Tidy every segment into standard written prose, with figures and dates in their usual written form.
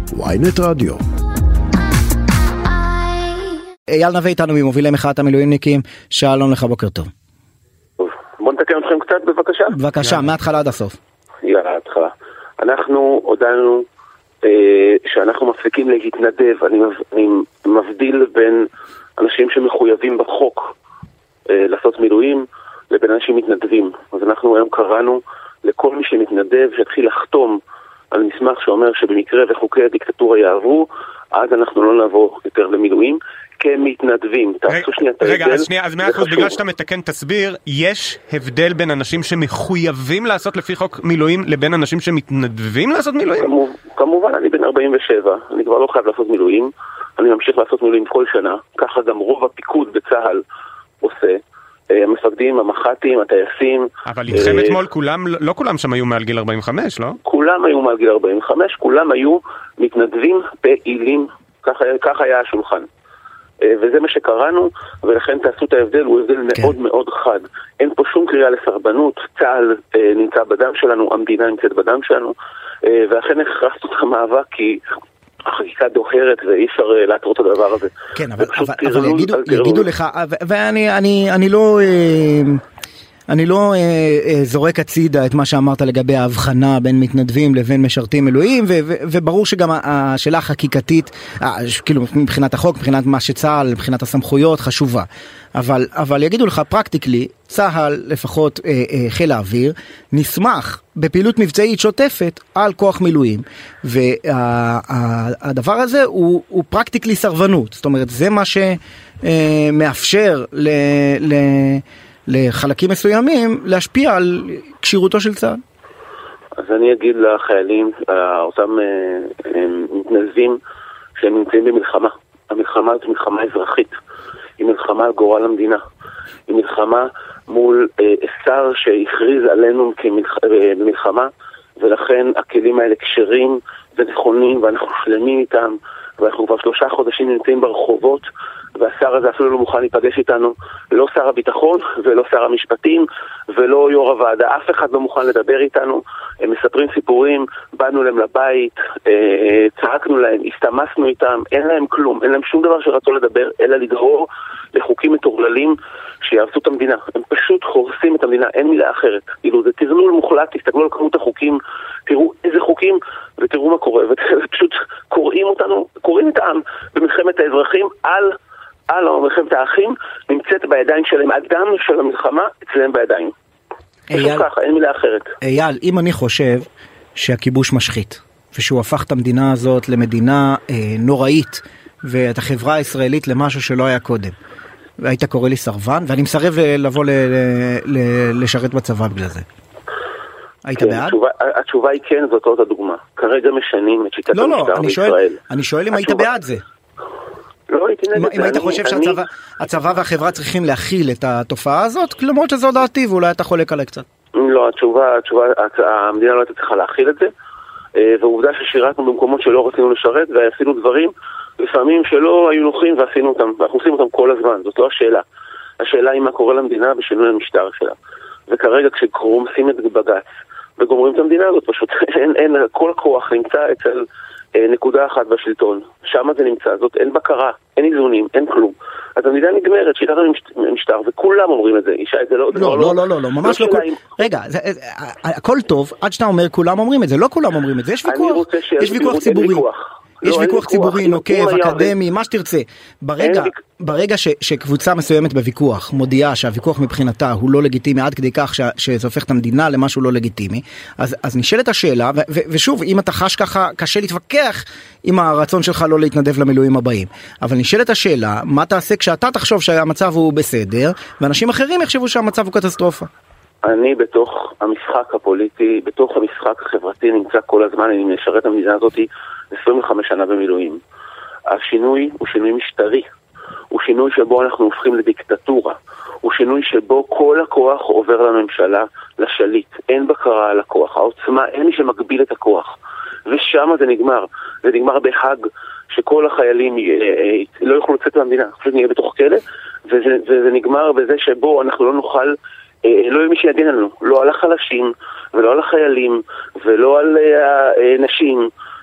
ynet רדיו. אייל נווה איתנו ממובילי מחאת המילואימניקים, שלום לך, בוקר טוב. בוא נתקן אתכם קצת בבקשה. בבקשה, מההתחלה עד הסוף. יאללה, התחלה. אנחנו הודענו שאנחנו מפסיקים להתנדב. אני מבדיל בין אנשים שמחויבים בחוק לעשות מילואים לבין אנשים מתנדבים. אז אנחנו היום קראנו לכל מי שמתנדב שיתחיל לחתום על מסמך שאומר שבמקרה וחוקי הדיקטטורה יעברו, אז אנחנו לא נעבור יותר למילואים כמתנדבים. תעשו שנייה את ההבדל. רגע, אז 100%, בגלל שאתה מתקן תסביר, יש הבדל בין אנשים שמחויבים לעשות לפי חוק מילואים לבין אנשים שמתנדבים לעשות מילואים? כמובן, אני בן 47, אני כבר לא חייב לעשות מילואים, אני ממשיך לעשות מילואים כל שנה, ככה גם רוב הפיקוד בצה"ל עושה. המפקדים, המח"טים, הטייסים. אבל איתכם אתמול לא כולם שם היו מעל גיל 45, לא? כולם היו מעל גיל 45, כולם היו מתנדבים פעילים, ככה היה השולחן. וזה מה שקראנו, ולכן תעשו את ההבדל, הוא הבדל מאוד מאוד חד. אין פה שום קריאה לסרבנות, צה"ל נמצא בדם שלנו, המדינה נמצאת בדם שלנו, ואכן הכרסנו את המאבק כי החקיקה דוהרת ואי אפשר לעצור את הדבר הזה. כן, אבל יגידו לך, ואני לא זורק הצידה את מה שאמרת לגבי ההבחנה בין מתנדבים לבין משרתים מילואים, וברור שגם השאלה החקיקתית, כאילו מבחינת החוק, מבחינת מה שצה"ל, מבחינת הסמכויות, חשובה. אבל יגידו לך, פרקטיקלי, צה"ל, לפחות חיל האוויר, נשמח בפעילות מבצעית שוטפת על כוח מילואים, והדבר הזה הוא פרקטיקלי סרבנות. זאת אומרת, זה מה שמאפשר לחלקים מסוימים להשפיע על קשירותו של צה"ל. אז אני אגיד לחיילים, אותם מתנדבים שהם נמצאים במלחמה. המלחמה הזאת מלחמה אזרחית. היא מלחמה על גורל המדינה. היא מלחמה מול שר שהכריז עלינו במלחמה, ולכן הכלים האלה קשרים ונכונים, ואנחנו שלמים איתם, ואנחנו כבר 3 חודשים נמצאים ברחובות, והשר הזה אפילו לא מוכן להיפגש איתנו, לא שר הביטחון ולא שר המשפטים ולא יו"ר הוועדה, אף אחד לא מוכן לדבר איתנו. הם מספרים סיפורים, באנו להם לבית, צעקנו להם, הסתמסנו איתם, אין להם כלום, אין להם שום דבר שרצו לדבר, אלא לדהור לחוקים מטורללים שיעשו את המדינה. הם פשוט הורסים את המדינה, אין מילה אחרת. כאילו זה תזלול מוחלט, תסתכלו על כמות החוקים, תראו איזה חוקים ותראו מה קורה, ופשוט קוראים את העם במלחמת האזרחים על מלחמת האחים, נמצאת בידיים שלהם, הדם של המלחמה אצלם בידיים. פשוט ככה, אין מילה אחרת. אייל, אם אני חושב שהכיבוש משחית, ושהוא הפך את המדינה הזאת למדינה נוראית, ואת החברה הישראלית למשהו שלא היה קודם, והיית קורא לי סרבן, ואני מסרב לבוא לשרת בצבא בגלל זה. היית בעד? התשובה היא כן, זאת עוד הדוגמה. כרגע משנים את שיטת המשטר בישראל. אני שואל אם היית בעד זה. לא הייתי נגד זה. אם היית חושב שהצבא והחברה צריכים להכיל את התופעה הזאת, למרות שזה עוד דעתי, ואולי אתה חולק עליי קצת. לא, התשובה, המדינה לא הייתה צריכה להכיל את זה, ועובדה ששירתנו במקומות שלא רצינו לשרת, ועשינו דברים לפעמים שלא היו נוחים ועשינו אותם, ואנחנו עושים אותם כל הזמן. זאת לא השאלה. השאלה היא מה קורה למדינה בשינוי המשטר שלה. וכרגע כשקוראים את בג"ץ וגומרים את המדינה הזאת, פשוט אין כל הכוח נמצא אצל נקודה אחת בשלטון. שם זה נמצא, זאת אין בקרה, אין איזונים, אין כלום. אז המדינה נגמרת, שיטת המשטר, וכולם אומרים את זה. אישה, זה לא, לא, ממש לא. רגע, הכל טוב, עד שאתה אומר כולם אומרים את זה, לא כולם אומרים את זה, יש ויכוח ציבורי. יש ויכוח ציבורי, נוקב, אקדמי, מה שתרצה. ברגע שקבוצה מסוימת בוויכוח מודיעה שהוויכוח מבחינתה הוא לא לגיטימי עד כדי כך שזה הופך את המדינה למשהו לא לגיטימי, אז נשאלת השאלה, ושוב, אם אתה חש ככה, קשה להתווכח עם הרצון שלך לא להתנדב למילואים הבאים. אבל נשאלת השאלה, מה תעשה כשאתה תחשוב שהמצב הוא בסדר, ואנשים אחרים יחשבו שהמצב הוא קטסטרופה? אני בתוך המשחק הפוליטי, בתוך המשחק החברתי נמצא כל הזמן, אני משרת המדינה הזאת 25 שנה במילואים. השינוי הוא שינוי משטרי, הוא שינוי שבו אנחנו הופכים לדיקטטורה, הוא שינוי שבו כל הכוח עובר לממשלה, לשליט, אין בקרה על הכוח, העוצמה, אין מי שמגביל את הכוח, ושם זה נגמר. זה נגמר בהאג שכל החיילים לא יוכלו לצאת מהמדינה, פשוט נהיה בתוך כלא, וזה נגמר בזה שבו אנחנו לא נוכל, לא יהיה מי שיגן לנו, לא על החלשים ולא על החיילים ולא על נשים,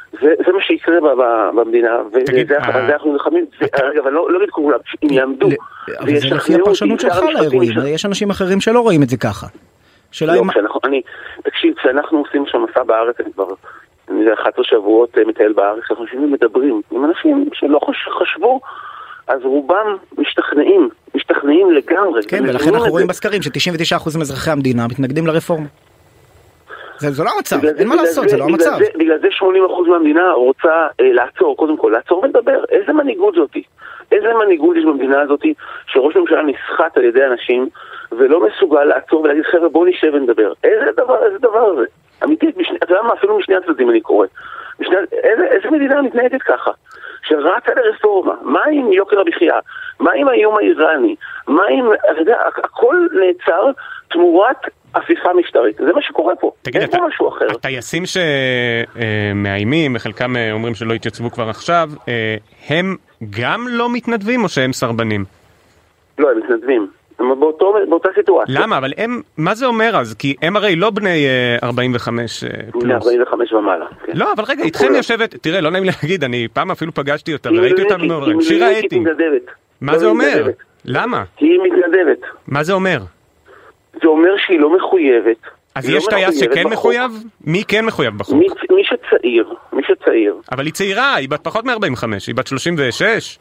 זה מה שיקרה במדינה, וזה אנחנו נלחמים, רגע, אבל לא נגיד כולם, אם יעמדו, אבל זה לפי הפרשנות שלך לאירועים, יש אנשים אחרים שלא רואים את זה ככה. תקשיב, כשאנחנו עושים שם מסע בארץ, אני כבר 11 שבועות מטייל בארץ, אנחנו מדברים עם אנשים שלא חשבו, אז רובם משתכנעים לגמרי. כן, ולכן אנחנו רואים בסקרים ש99% מאזרחי המדינה מתנגדים לרפורמה. זה לא המצב, אין מה לעשות, זה לא המצב. בגלל זה 80% מהמדינה רוצה לעצור, קודם כל, לעצור ולדבר. איזה מנהיגות זאתי? איזה מנהיגות יש במדינה הזאתי שראש הממשלה נסחט על ידי אנשים ולא מסוגל לעצור ולהגיד, חבר'ה, בוא נשב ונדבר. איזה דבר זה? אמיתית, אתה יודע מה, אפילו משני הצדדים אני קורא. איזה מדינה מתנהגת ככה? שרצה לרפורמה, מה עם יוקר המחיה? מה עם האיום האיראני? מה עם, אתה יודע, הכל נעצר תמורת הפיכה משטרית. זה מה שקורה פה. תגיד, הטייסים שמאיימים, וחלקם אומרים שלא יתייצבו כבר עכשיו, הם גם לא מתנדבים או שהם סרבנים? לא, הם מתנדבים. באותה סיטואציה. למה? אבל הם, מה זה אומר אז? כי הם הרי לא בני 45 פלוס. בני 45 ומעלה. לא, אבל רגע, איתכם יושבת, תראה, לא נעים להגיד, אני פעם אפילו פגשתי אותה, וראיתי אותה מעוררים. שירה אתי. מה זה אומר? למה? היא מתנדבת. מה זה אומר? זה אומר שהיא לא מחויבת. אז יש טייס שכן מחויב? מי כן מחויב בחוק? מי שצעיר. אבל היא צעירה, היא בת פחות מ-45, היא בת 36.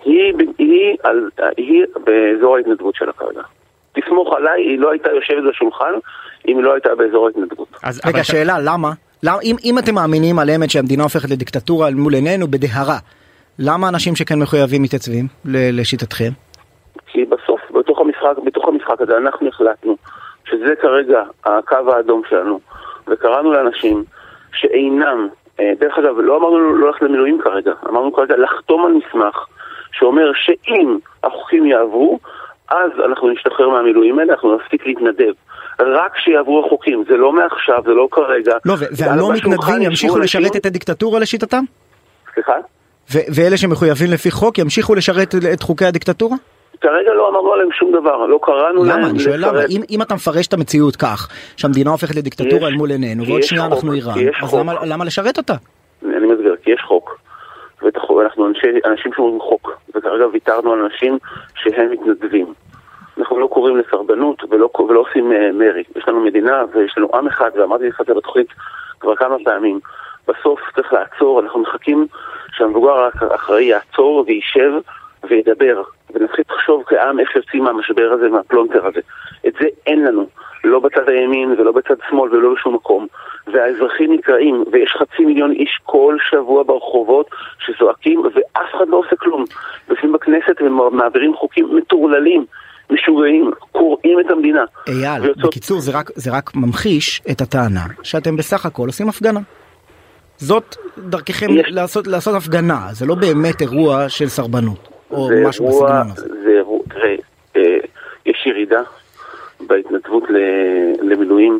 היא באזור ההתנדבות שלה כרגע. תסמוך עליי, היא לא הייתה יושבת בשולחן, אם היא לא הייתה באזור ההתנדבות. רגע, שאלה, למה? אם אתם מאמינים על אמת שהמדינה הופכת לדיקטטורה מול עינינו בדהרה, למה אנשים שכן מחויבים מתייצבים לשיטתכם? כי בסוף, בתוך המשחק הזה, אנחנו החלטנו שזה כרגע הקו האדום שלנו, וקראנו לאנשים שאינם, דרך אגב, לא אמרנו לא ללכת למילואים כרגע, אמרנו כרגע לחתום על מסמך שאומר שאם החוקים יעברו, אז אנחנו נשתחרר מהמילואים האלה, אנחנו נפסיק להתנדב. רק שיעברו החוקים, זה לא מעכשיו, זה לא כרגע. לא, והלא מתנדבים ימשיכו לשרת את הדיקטטורה לשיטתם? סליחה? ואלה שמחויבים לפי חוק ימשיכו לשרת את חוקי הדיקטטורה? כרגע לא אמרנו עליהם שום דבר, לא קראנו להם. למה? אני שואל למה? אם אתה מפרש את המציאות כך, שהמדינה הופכת לדיקטטורה אל מול עינינו, ועוד שנייה אנחנו איראן, אז למה לשרת אותה? אני מסביר, כי יש חוק. ואנחנו אנשים שאומרים חוק, וכרגע ויתרנו על אנשים שהם מתנדבים. אנחנו לא קוראים לסרבנות ולא עושים מרי. יש לנו מדינה ויש לנו עם אחד, ואמרתי לך את זה בתוכנית כבר כמה פעמים. בסוף צריך לעצור, אנחנו מחכים שהמבוגר האחראי יעצור וישב וידבר, ונתחיל לחשוב כעם איך יוצאים מהמשבר הזה, מהפלונטר הזה. את זה אין לנו, לא בצד הימין ולא בצד שמאל ולא בשום מקום. והאזרחים נקראים, ויש 500,000 איש כל שבוע ברחובות שזועקים, ואף אחד לא עושה כלום. יושבים בכנסת ומעבירים חוקים מטורללים, משוגעים, קוראים את המדינה. אייל, בקיצור, זה רק ממחיש את הטענה שאתם בסך הכל עושים הפגנה. זאת דרככם לעשות הפגנה, זה לא באמת אירוע של סרבנות, או משהו בסגנון הזה. זה אירוע, תראה, יש ירידה בהתנדבות למילואים,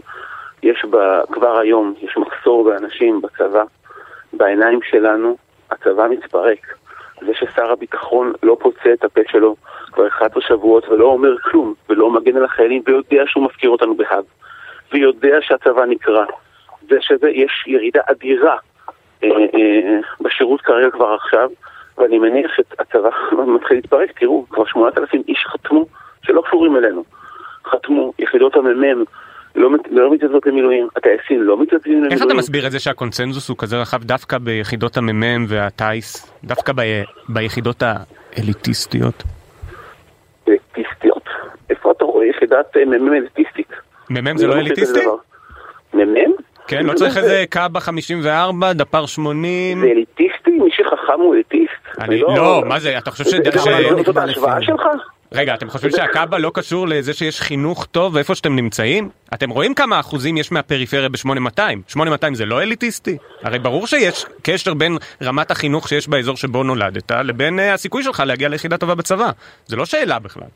כבר היום יש מחסור באנשים בצבא, בעיניים שלנו הצבא מתפרק. זה ששר הביטחון לא פוצע את הפה שלו כבר 11 שבועות ולא אומר כלום, ולא מגן על החיילים, ויודע שהוא מפקיר אותנו בהאג, ויודע שהצבא נקרא, יש ירידה אדירה בשירות כרגע כבר עכשיו, ואני מניח שהצבא מתחיל להתפרק. תראו, כבר 8,000 איש חתמו שלא קשורים אלינו, חתמו, יחידות הממ"מ לא מתייצבות למילואים, הטייסים לא מתייצבים למילואים. איך אתה מסביר את זה שהקונצנזוס הוא כזה רחב דווקא ביחידות הממ"מ והטייס, דווקא ביחידות האליטיסטיות? אליטיסטיות? איפה אתה רואה יחידת מ"מ אליטיסטית? מ"מ זה לא אליטיסטי? מ"מ? כן, לא צריך איזה קאבה 54, דפר 80. זה אליטיסטי? מי שחכם הוא אליטיסט? לא, מה זה? אתה חושב זאת ההשוואה שלך? רגע, אתם חושבים שהקאבה לא קשור לזה שיש חינוך טוב ואיפה שאתם נמצאים? אתם רואים כמה אחוזים יש מהפריפריה ב-8200? 8200 זה לא אליטיסטי? הרי ברור שיש קשר בין רמת החינוך שיש באזור שבו נולדת לבין הסיכוי שלך להגיע ליחידה טובה בצבא. זה לא שאלה בכלל.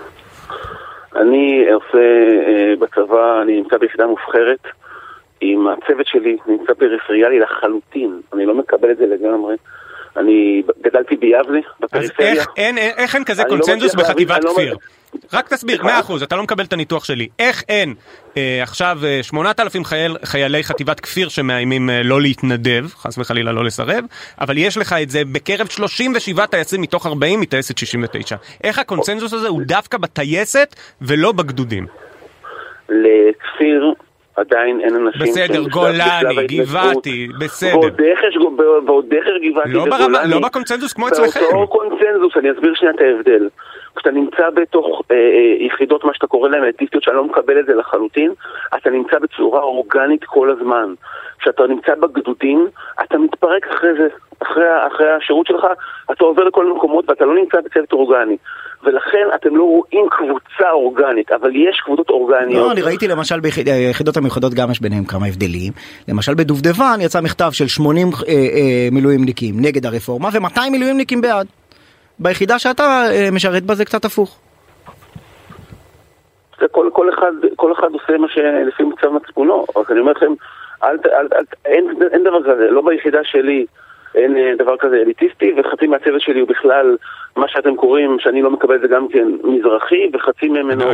אני עושה בצבא, אני נמצא ביחידה מובחרת, עם הצוות שלי נמצא פריפריאלי לחלוטין. אני לא מקבל את זה לגמרי. אני גדלתי ביבנה, בפריפריה. אז איך אין כזה קונצנזוס בחטיבת כפיר? רק תסביר, 100%, אתה לא מקבל את הניתוח שלי. איך אין עכשיו 8,000 חיילי חטיבת כפיר שמאיימים לא להתנדב, חס וחלילה לא לסרב, אבל יש לך את זה בקרב 37 טייסים מתוך 40 מטייסת 69. איך הקונצנזוס הזה הוא דווקא בטייסת ולא בגדודים? לכפיר עדיין אין אנשים... בסדר, גולני, גבעתי, בסדר. ועוד דחר גבעתי וגולני. לא בקונצנזוס כמו אצלכם. באותו קונצנזוס, אני אסביר שנייה את ההבדל. כשאתה נמצא בתוך יחידות, מה שאתה קורא להם אליטיסטיות, שאני לא מקבל את זה לחלוטין, אתה נמצא בצורה אורגנית כל הזמן. כשאתה נמצא בגדודים, אתה מתפרק אחרי זה. אחרי השירות שלך, אתה עובר לכל מקומות ואתה לא נמצא בצוות אורגני. ולכן אתם לא רואים קבוצה אורגנית, אבל יש קבוצות אורגניות. לא, אני ראיתי למשל ביחידות המיוחדות גם יש ביניהם כמה הבדלים. למשל בדובדבן יצא מכתב של 80 מילואימניקים נגד הרפורמה, ו200 מילואימניקים בעד. ביחידה שאתה משרת בה זה קצת הפוך. כל אחד עושה מה שלפי מצב מצפונו. אז אני אומר לכם, אין דבר כזה, לא ביחידה שלי אין דבר כזה אליטיסטי, וחצי מהצוות שלי הוא בכלל מה שאתם קוראים, שאני לא מקבל זה גם כן מזרחי, וחצי ממנו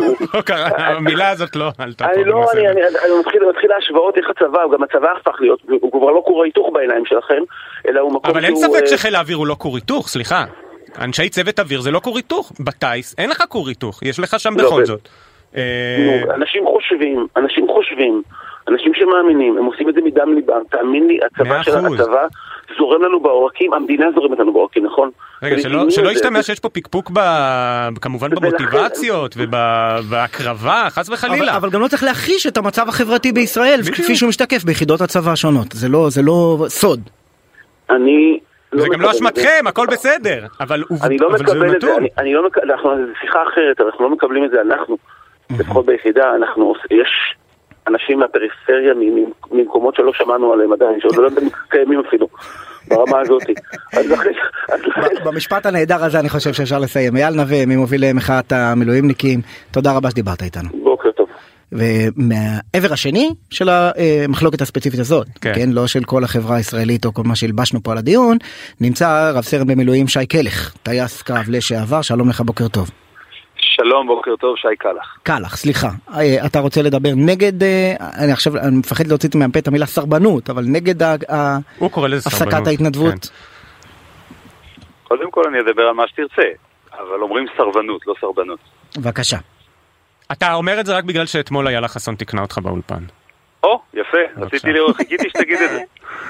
המילה הזאת לא, אני מתחיל להשוואות איך הצבא, גם הצבא הפך להיות, הוא כבר לא כור היתוך בעיניים שלכם, אלא הוא מקום אבל אין ספק שחיל האוויר הוא לא כור היתוך, סליחה. אנשי צוות אוויר זה לא כור היתוך, בטייס אין לך כור היתוך, יש לך שם בכל זאת. אנשים חושבים, אנשים שמאמינים, הם עושים את זה מדם ליבם, תאמין לי, הצבא זורם לנו בעורקים, המדינה זורמת לנו בעורקים, נכון? רגע, שלא ישתמע שיש פה פיקפוק כמובן במוטיבציות ובהקרבה, חס וחלילה. אבל גם לא צריך להכחיש את המצב החברתי בישראל, כפי שהוא משתקף ביחידות הצבא השונות, זה לא סוד. זה גם לא אשמתכם, הכל בסדר, אבל אני לא מקבל את זה, זה שיחה אחרת, אנחנו לא מקבלים את זה, אנחנו, לפחות ביחידה, יש אנשים מהפריפריה, ממקומות שלא שמענו עליהם עדיין, שעוד לא קיימים אפילו, ברמה הזאת. במשפט הנהדר הזה אני חושב שאפשר לסיים. אייל נווה, ממובילי מחאת המילואימניקים, תודה רבה שדיברת איתנו. בוקר טוב. ומהעבר השני של המחלוקת הספציפית הזאת, כן, לא של כל החברה הישראלית או כל מה שהלבשנו פה על הדיון, נמצא רב סרן במילואים שי קלח, טייס קרב לשעבר. שלום לך, בוקר טוב. שלום, בוקר טוב, שי קלח, סליחה. אתה רוצה לדבר נגד, אני מפחד להוציא מהפה את המילה סרבנות, אבל נגד הפסקת ההתנדבות? קודם כל אני אדבר על מה שתרצה, אבל אומרים סרבנות, לא סרבנות. בבקשה. אתה אומר את זה רק בגלל שאתמול איילה חסון תקנה אותך באולפן. יפה, רציתי לראות, חיכיתי שתגיד את זה.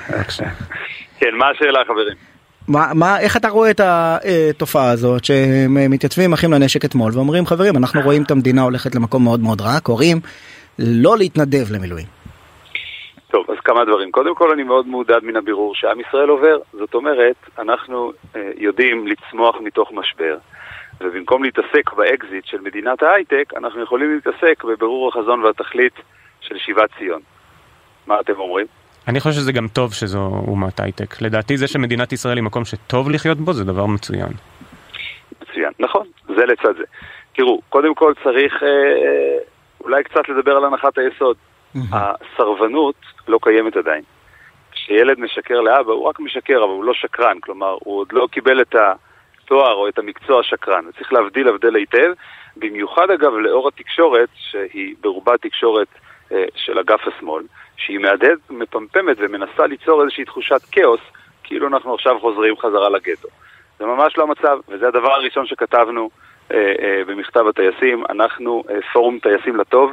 כן, מה השאלה, חברים? איך אתה רואה את התופעה הזאת שמתייצבים אחים לנשק אתמול ואומרים, חברים, אנחנו רואים את המדינה הולכת למקום מאוד מאוד רע, קוראים לא להתנדב למילואים? טוב, אז כמה דברים. קודם כל אני מאוד מעודד מן הבירור שעם ישראל עובר. זאת אומרת, אנחנו יודעים לצמוח מתוך משבר, ובמקום להתעסק באקזיט של מדינת ההייטק, אנחנו יכולים להתעסק בבירור החזון והתכלית של שיבת ציון. מה אתם אומרים? אני חושב שזה גם טוב שזו אומת הייטק. לדעתי זה שמדינת ישראל היא מקום שטוב לחיות בו, זה דבר מצוין. מצוין, נכון, זה לצד זה. תראו, קודם כל צריך אולי קצת לדבר על הנחת היסוד. הסרבנות לא קיימת עדיין. כשילד משקר לאבא, הוא רק משקר, אבל הוא לא שקרן. כלומר, הוא עוד לא קיבל את התואר או את המקצוע שקרן. צריך להבדיל היטב, במיוחד אגב לאור התקשורת, שהיא ברובה תקשורת של אגף השמאל, שהיא מפמפמת ומנסה ליצור איזושהי תחושת כאוס, כאילו אנחנו עכשיו חוזרים חזרה לגטו. זה ממש לא המצב, וזה הדבר הראשון שכתבנו במכתב הטייסים. אנחנו פורום טייסים לטוב,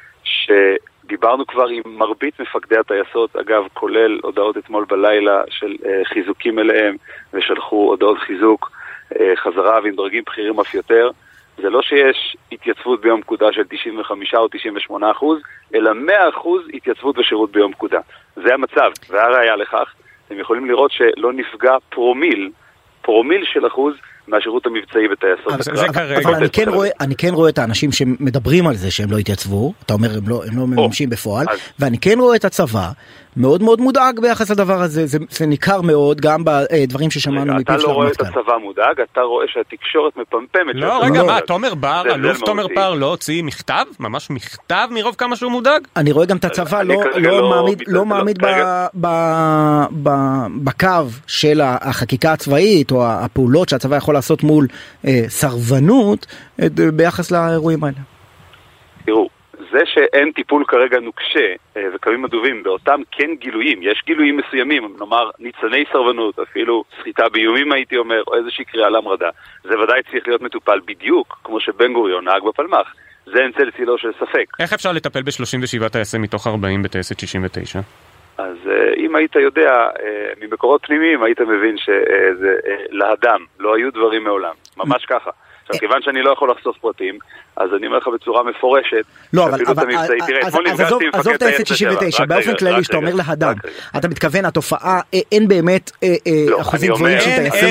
שדיברנו כבר עם מרבית מפקדי הטייסות, אגב, כולל הודעות אתמול בלילה של חיזוקים אליהם, ושלחו הודעות חיזוק חזרה ועם דרגים בכירים אף יותר. זה לא שיש התייצבות ביום פקודה של 95 או 98%, אלא 100% התייצבות בשירות ביום פקודה. זה המצב, והראיה לכך, אתם יכולים לראות שלא נפגע פרומיל של אחוז מהשירות המבצעי בטייסות. אבל אני כן רואה את האנשים שמדברים על זה שהם לא התייצבו, אתה אומר הם לא מממשים בפועל, ואני כן רואה את הצבא מאוד מאוד מודאג ביחס לדבר הזה, זה ניכר מאוד גם בדברים ששמענו מפיו של המפכ"ל. אתה לא רואה את הצבא מודאג, אתה רואה שהתקשורת מפמפמת. לא, רגע, מה, תומר בר, אלוף תומר בר לא הוציא מכתב? ממש מכתב מרוב כמה שהוא מודאג? אני רואה גם את הצבא לא מעמיד בקו של החקיקה הצבאית, או הפעולות שהצבא יכול לעשות מול סרבנות ביחס לאירועים האלה? תראו, זה שאין טיפול כרגע נוקשה וקווים אדובים באותם כן גילויים, יש גילויים מסוימים, נאמר ניצני סרבנות, אפילו סחיטה באיומים הייתי אומר, או איזושהי קריאה למרדה, זה ודאי צריך להיות מטופל בדיוק כמו שבן גוריון נהג בפלמ"ח. זה אין צל צילו של ספק. איך אפשר לטפל ב-37 טייסים מתוך 40 בטייסת 69? אז אם היית יודע, ממקורות פנימיים היית מבין שזה להדם, לא היו דברים מעולם, ממש ככה. עכשיו, כיוון שאני לא יכול לחשוף פרטים, אז אני אומר לך בצורה מפורשת, לא, אבל עזוב את טייסת 69, באופן כללי שאתה אומר להדם, אתה מתכוון, התופעה, אין באמת אחוזים גבוהים של טייסים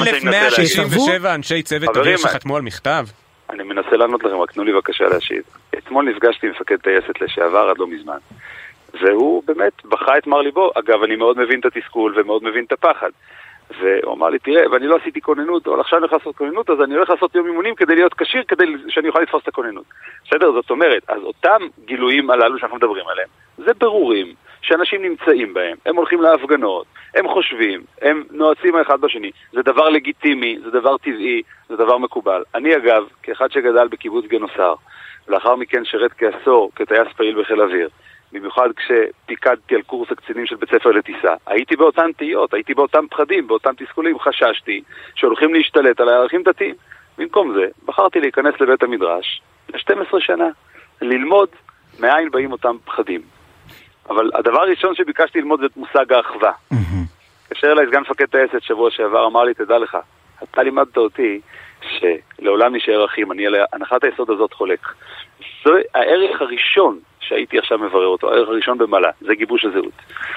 1167 אנשי צוות אוויר שחתמו על מכתב? אני מנסה לענות לכם, רק תנו לי בבקשה להשיב. אתמול נפגשתי עם מפקד טייסת לשעבר עד לא מזמן, והוא באמת בכה את מר ליבו. אגב, אני מאוד מבין את התסכול ומאוד מבין את הפחד. והוא אמר לי, תראה, ואני לא עשיתי כוננות, אבל עכשיו אני הולך לעשות כוננות, אז אני הולך לעשות יום אימונים כדי להיות קשיר, כדי שאני אוכל לתפוס את הכוננות. בסדר? זאת אומרת, אז אותם גילויים הללו שאנחנו מדברים עליהם, זה ברורים שאנשים נמצאים בהם, הם הולכים להפגנות, הם חושבים, הם נועצים האחד בשני. זה דבר לגיטימי, זה דבר טבעי, זה דבר מקובל. אני אגב, כאחד שגדל בקיבוץ גנוסר, ולאחר מכן שרת כעשור כטייס פעיל בחיל אוויר, במיוחד כשפיקדתי על קורס הקצינים של בית ספר לטיסה, הייתי באותן תהיות, הייתי באותם פחדים, באותם תסכולים, חששתי שהולכים להשתלט על הערכים דתיים. במקום זה, בחרתי להיכנס לבית המדרש ל-12 שנה, ללמוד מאין באים אותם פחדים. אבל הדבר הראשון שביקשתי ללמוד זה את מושג האחווה. כאשר אליי סגן מפקד טייסת שבוע שעבר, אמר לי, תדע לך, אתה לימדת אותי שלעולם נשאר אחים, אני על הנחת היסוד הזאת חולק. זה הערך הראשון שהייתי עכשיו מברר אותו, הערך הראשון במעלה, זה גיבוש הזהות.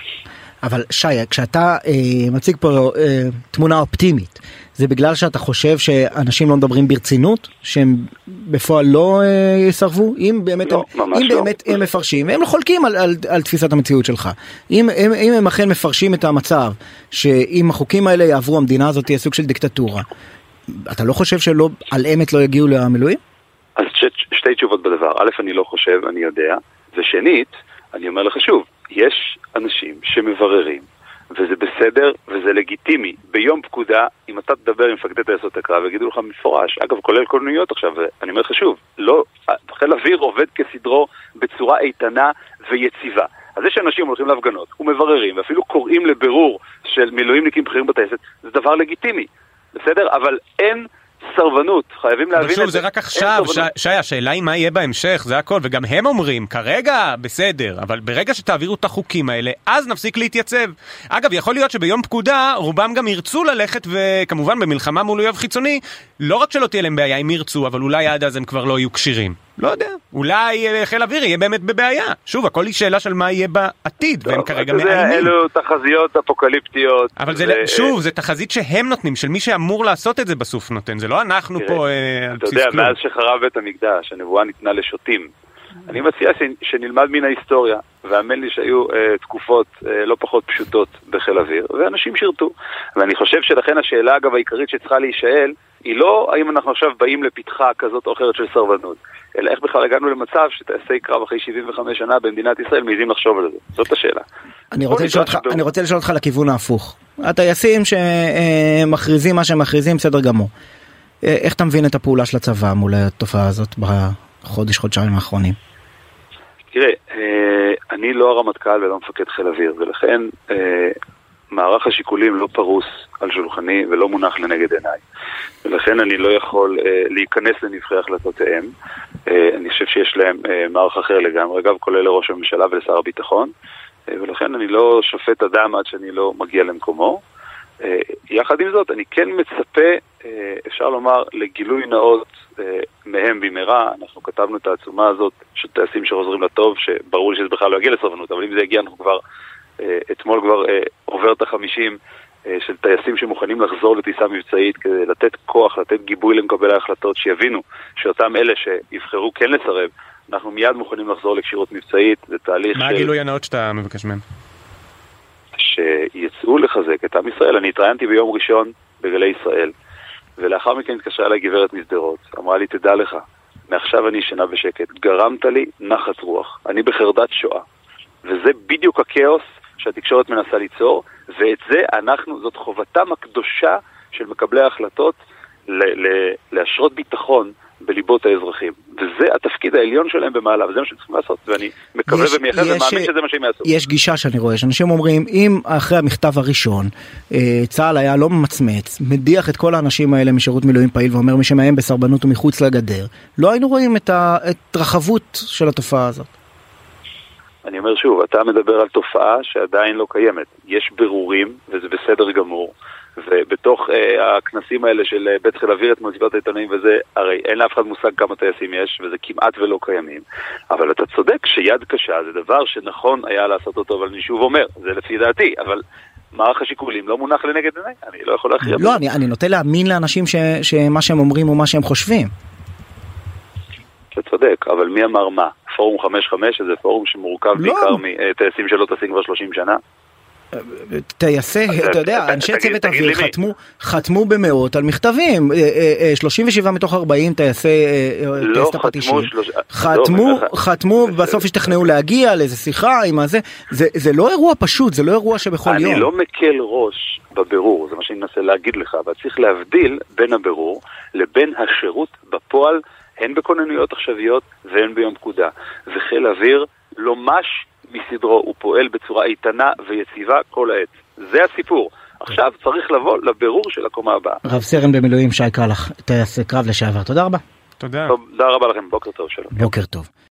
אבל שי, כשאתה מציג פה תמונה אופטימית, זה בגלל שאתה חושב שאנשים לא מדברים ברצינות, שהם בפועל לא יסרבו? אם באמת, לא, אם באמת הם מפרשים, הם לא חולקים על תפיסת המציאות שלך. אם הם אכן מפרשים את המצב, שאם החוקים האלה יעברו, המדינה הזאת תהיה סוג של דיקטטורה, אתה לא חושב שלא, על אמת לא יגיעו למילואים? אז שתי תשובות בדבר. א', אני לא חושב, אני יודע. ושנית, אני אומר לך שוב, יש אנשים שמבררים, וזה בסדר וזה לגיטימי. ביום פקודה, אם אתה תדבר עם מפקדי טייסות הקרב, יגידו לך מפורש, אגב, כולל קולנועיות עכשיו, ואני אומר לך שוב, לא, חיל אוויר עובד כסדרו בצורה איתנה ויציבה. אז יש אנשים הולכים להפגנות ומבררים, ואפילו קוראים לבירור של מילואימניקים בכירים בטייסת, זה דבר לגיטימי. בסדר? אבל אין סרבנות, חייבים להבין את זה. אבל שוב, זה רק עכשיו, שי, השאלה היא מה יהיה בהמשך, זה הכל, וגם הם אומרים, כרגע בסדר, אבל ברגע שתעבירו את החוקים האלה, אז נפסיק להתייצב. אגב, יכול להיות שביום פקודה, רובם גם ירצו ללכת, וכמובן במלחמה מול אויב חיצוני, לא רק שלא תהיה להם בעיה, הם ירצו, אבל אולי עד אז הם כבר לא יהיו קשירים. לא יודע, אולי חיל אוויר יהיה באמת בבעיה. שוב, הכל היא שאלה של מה יהיה בעתיד, והם כרגע מאיימים. אלו תחזיות אפוקליפטיות. אבל שוב, זה תחזית שהם נותנים, של מי שאמור לעשות את זה בסוף נותן, זה לא אנחנו פה על בסיס כלום. אתה יודע, מאז שחרב בית המקדש, הנבואה ניתנה לשוטים. אני מציע שנלמד מן ההיסטוריה, ואמן לי שהיו תקופות לא פחות פשוטות בחיל אוויר, ואנשים שירתו. ואני חושב שלכן השאלה, אגב, העיקרית שצריכה להישאל, היא לא האם אנחנו עכשיו באים לפתחה כזאת או אחרת של סרבנות, אלא איך בכלל הגענו למצב שטייסי קרב אחרי 75 שנה במדינת ישראל מעיזים לחשוב על זה. זאת השאלה. אני רוצה לשאול אותך לכיוון ההפוך. הטייסים שמכריזים מה שהם מכריזים, בסדר גמור. איך אתה מבין את הפעולה של הצבא מול התופעה הזאת בחודש-חודשיים האחרונים? תראה, אני לא הרמטכ"ל ולא מפקד חיל אוויר, ולכן מערך השיקולים לא פרוס על שולחני ולא מונח לנגד עיניי. ולכן אני לא יכול להיכנס לנבחי החלטותיהם. אני חושב שיש להם מערך אחר לגמרי, אגב, כולל לראש הממשלה ולשר הביטחון, ולכן אני לא שופט אדם עד שאני לא מגיע למקומו. יחד עם זאת, אני כן מצפה, אפשר לומר, לגילוי נאות מהם במהרה. אנחנו כתבנו את העצומה הזאת של טייסים שחוזרים לטוב, שברור לי שזה בכלל לא יגיע לסרבנות, אבל אם זה יגיע, אנחנו כבר, אתמול כבר עובר את 50 של טייסים שמוכנים לחזור לטיסה מבצעית כדי לתת כוח, לתת גיבוי למקבל ההחלטות, שיבינו שאותם אלה שיבחרו כן לסרב, אנחנו מיד מוכנים לחזור לקשירות מבצעית. זה תהליך מה הגילוי הנאות שאתה מבקש מהם? שיצאו לחזק את עם ישראל. אני התראיינתי ביום ראשון בגלי ישראל, ולאחר מכן התקשרה אליי גברת מסדרות, אמרה לי, תדע לך, מעכשיו אני ישנה בשקט, גרמת לי נחת רוח, אני בחרדת שואה, וזה בדיוק הכאוס שהתקשורת מנסה ליצור, ואת זה אנחנו, זאת חובתם הקדושה של מקבלי ההחלטות, להשרות ביטחון בליבות האזרחים. וזה התפקיד העליון שלהם במעלה, וזה מה שצריכים לעשות, ואני מקווה ומייחד ומאמין שזה מה שהם יעשו. יש גישה שאני רואה, שאנשים אומרים, אם אחרי המכתב הראשון, צה"ל היה לא ממצמץ, מדיח את כל האנשים האלה משירות מילואים פעיל, ואומר מי שמאיים בסרבנות ומחוץ לגדר, לא היינו רואים את הרחבות של התופעה הזאת. אני אומר שוב, אתה מדבר על תופעה שעדיין לא קיימת. יש בירורים, וזה בסדר גמור, ובתוך הכנסים האלה של בית חיל אוויר, את מסיבת העיתונאים וזה, הרי אין לאף אחד מושג כמה טייסים יש, וזה כמעט ולא קיימים. אבל אתה צודק שיד קשה זה דבר שנכון היה לעשות אותו, אבל אני שוב אומר, זה לפי דעתי, אבל מערך השיקולים לא מונח לנגד עיניי, אני לא יכול להכריע. לא, אני נוטה להאמין לאנשים שמה שהם אומרים הוא מה שהם חושבים. אתה צודק, אבל מי אמר מה? פורום 5-5, זה פורום שמורכב בעיקר מטייסים שלא טסים כבר 30 שנה? תייסה, אתה יודע, אנשי צוות אוויר חתמו במאות על מכתבים, 37 מתוך 40 טייסי טייסת הפטישים, חתמו, בסוף השתכנעו להגיע לאיזה שיחה עם הזה, זה לא אירוע פשוט, זה לא אירוע שבכל יום. אני לא מקל ראש בבירור, זה מה שאני מנסה להגיד לך, אבל צריך להבדיל בין הבירור לבין השירות בפועל, הן בכוננויות עכשוויות והן ביום פקודה. וחיל אוויר לא מש מסדרו, הוא פועל בצורה איתנה ויציבה כל העת. זה הסיפור. עכשיו צריך לבוא לבירור של הקומה הבאה. רב סרן במילואים שי קרלך, טייס קרב לשעבר. תודה רבה. תודה. תודה רבה לכם, בוקר טוב שלום. בוקר טוב.